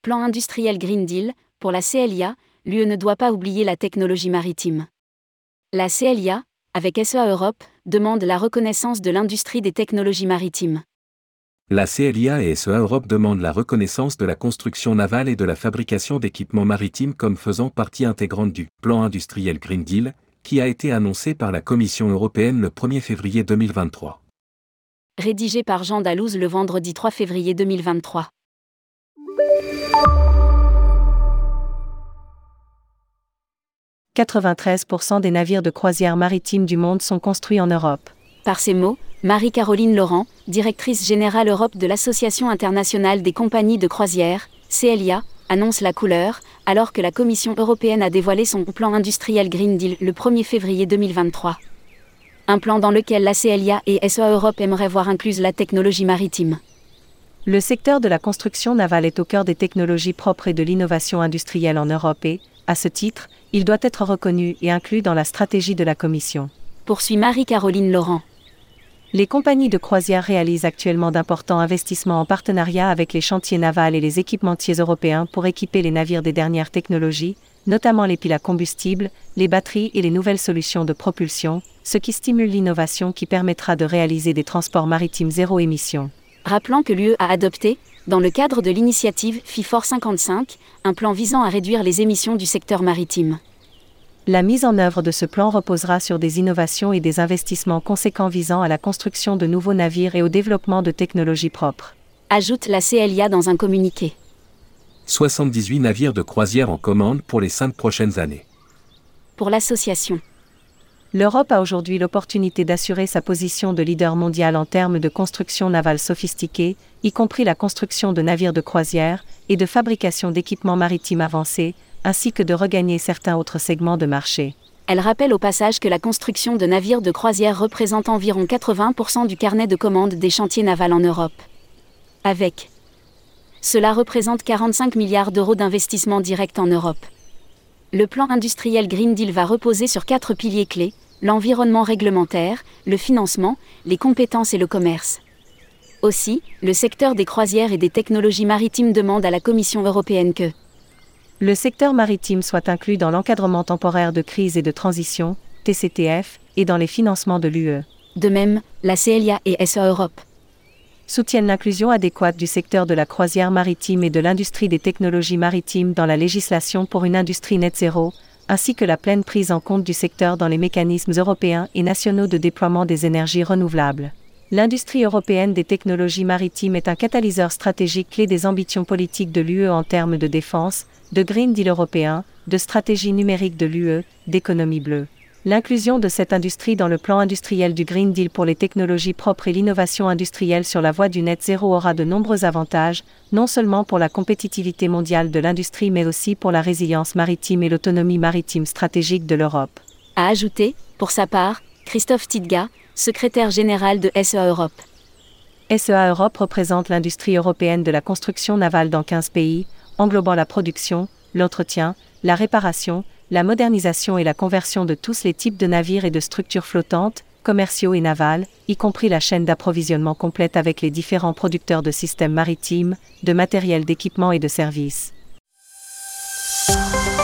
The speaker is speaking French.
Plan industriel Green Deal, pour la CLIA, l'UE ne doit pas oublier la technologie maritime. La CLIA, avec SEA Europe, demande la reconnaissance de l'industrie des technologies maritimes. La CLIA et SEA Europe demandent la reconnaissance de la construction navale et de la fabrication d'équipements maritimes comme faisant partie intégrante du Plan industriel Green Deal, qui a été annoncé par la Commission européenne le 1er février 2023. Rédigé par Jean Dalouse le vendredi 3 février 2023. « 93% des navires de croisière maritime du monde sont construits en Europe. » Par ces mots, Marie-Caroline Laurent, directrice générale Europe de l'Association internationale des compagnies de croisière, CLIA, annonce la couleur, alors que la Commission européenne a dévoilé son plan industriel Green Deal le 1er février 2023. Un plan dans lequel la CLIA et SEA Europe aimeraient voir incluse la technologie maritime. Le secteur de la construction navale est au cœur des technologies propres et de l'innovation industrielle en Europe et, à ce titre, il doit être reconnu et inclus dans la stratégie de la Commission. Poursuit Marie-Caroline Laurent. Les compagnies de croisière réalisent actuellement d'importants investissements en partenariat avec les chantiers navals et les équipementiers européens pour équiper les navires des dernières technologies, notamment les piles à combustible, les batteries et les nouvelles solutions de propulsion, ce qui stimule l'innovation qui permettra de réaliser des transports maritimes zéro émission. Rappelant que l'UE a adopté, dans le cadre de l'initiative FIFOR 55, un plan visant à réduire les émissions du secteur maritime. La mise en œuvre de ce plan reposera sur des innovations et des investissements conséquents visant à la construction de nouveaux navires et au développement de technologies propres. Ajoute la CLIA dans un communiqué. 78 navires de croisière en commande pour les 5 prochaines années. Pour l'association. L'Europe a aujourd'hui l'opportunité d'assurer sa position de leader mondial en termes de construction navale sophistiquée, y compris la construction de navires de croisière, et de fabrication d'équipements maritimes avancés, ainsi que de regagner certains autres segments de marché. Elle rappelle au passage que la construction de navires de croisière représente environ 80% du carnet de commandes des chantiers navals en Europe. Cela représente 45 milliards d'euros d'investissement direct en Europe. Le plan industriel Green Deal va reposer sur 4 piliers clés: l'environnement réglementaire, le financement, les compétences et le commerce. Aussi, le secteur des croisières et des technologies maritimes demande à la Commission européenne que le secteur maritime soit inclus dans l'encadrement temporaire de crise et de transition, TCTF, et dans les financements de l'UE. De même, la CLIA et SEA Europe soutiennent l'inclusion adéquate du secteur de la croisière maritime et de l'industrie des technologies maritimes dans la législation pour une industrie net zéro, ainsi que la pleine prise en compte du secteur dans les mécanismes européens et nationaux de déploiement des énergies renouvelables. L'industrie européenne des technologies maritimes est un catalyseur stratégique clé des ambitions politiques de l'UE en termes de défense, de Green Deal européen, de stratégie numérique de l'UE, d'économie bleue. L'inclusion de cette industrie dans le plan industriel du Green Deal pour les technologies propres et l'innovation industrielle sur la voie du net zéro aura de nombreux avantages, non seulement pour la compétitivité mondiale de l'industrie mais aussi pour la résilience maritime et l'autonomie maritime stratégique de l'Europe. A ajouté, pour sa part, Christophe Tidga, secrétaire général de SEA Europe. SEA Europe représente l'industrie européenne de la construction navale dans 15 pays, englobant la production, l'entretien, la réparation, la modernisation et la conversion de tous les types de navires et de structures flottantes, commerciaux et navals, y compris la chaîne d'approvisionnement complète avec les différents producteurs de systèmes maritimes, de matériel d'équipement et de services.